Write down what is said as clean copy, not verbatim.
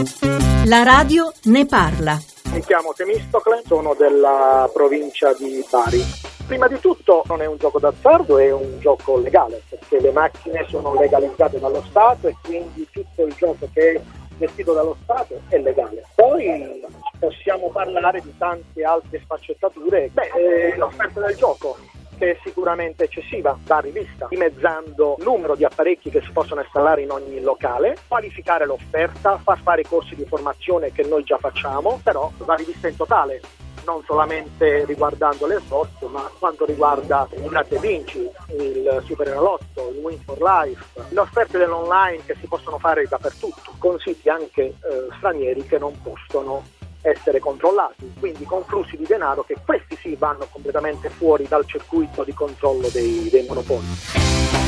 La radio ne parla. Mi chiamo Temistocle, sono della provincia di Bari. Prima di tutto non è un gioco d'azzardo, è un gioco legale, perché le macchine sono legalizzate dallo Stato e quindi tutto il gioco che è gestito dallo Stato è legale. Poi possiamo parlare di tante altre sfaccettature. L'offerta del gioco, che è sicuramente eccessiva, va rivista, dimezzando il numero di apparecchi che si possono installare in ogni locale, qualificare l'offerta, far fare corsi di formazione che noi già facciamo, però va rivista in totale, non solamente riguardando le slot, ma quanto riguarda il Gratta e Vinci, il Superenalotto, il Win for Life, le offerte dell'online che si possono fare dappertutto, con siti anche stranieri che non possono essere controllati, quindi con flussi di denaro che questi sì vanno completamente fuori dal circuito di controllo dei monopoli.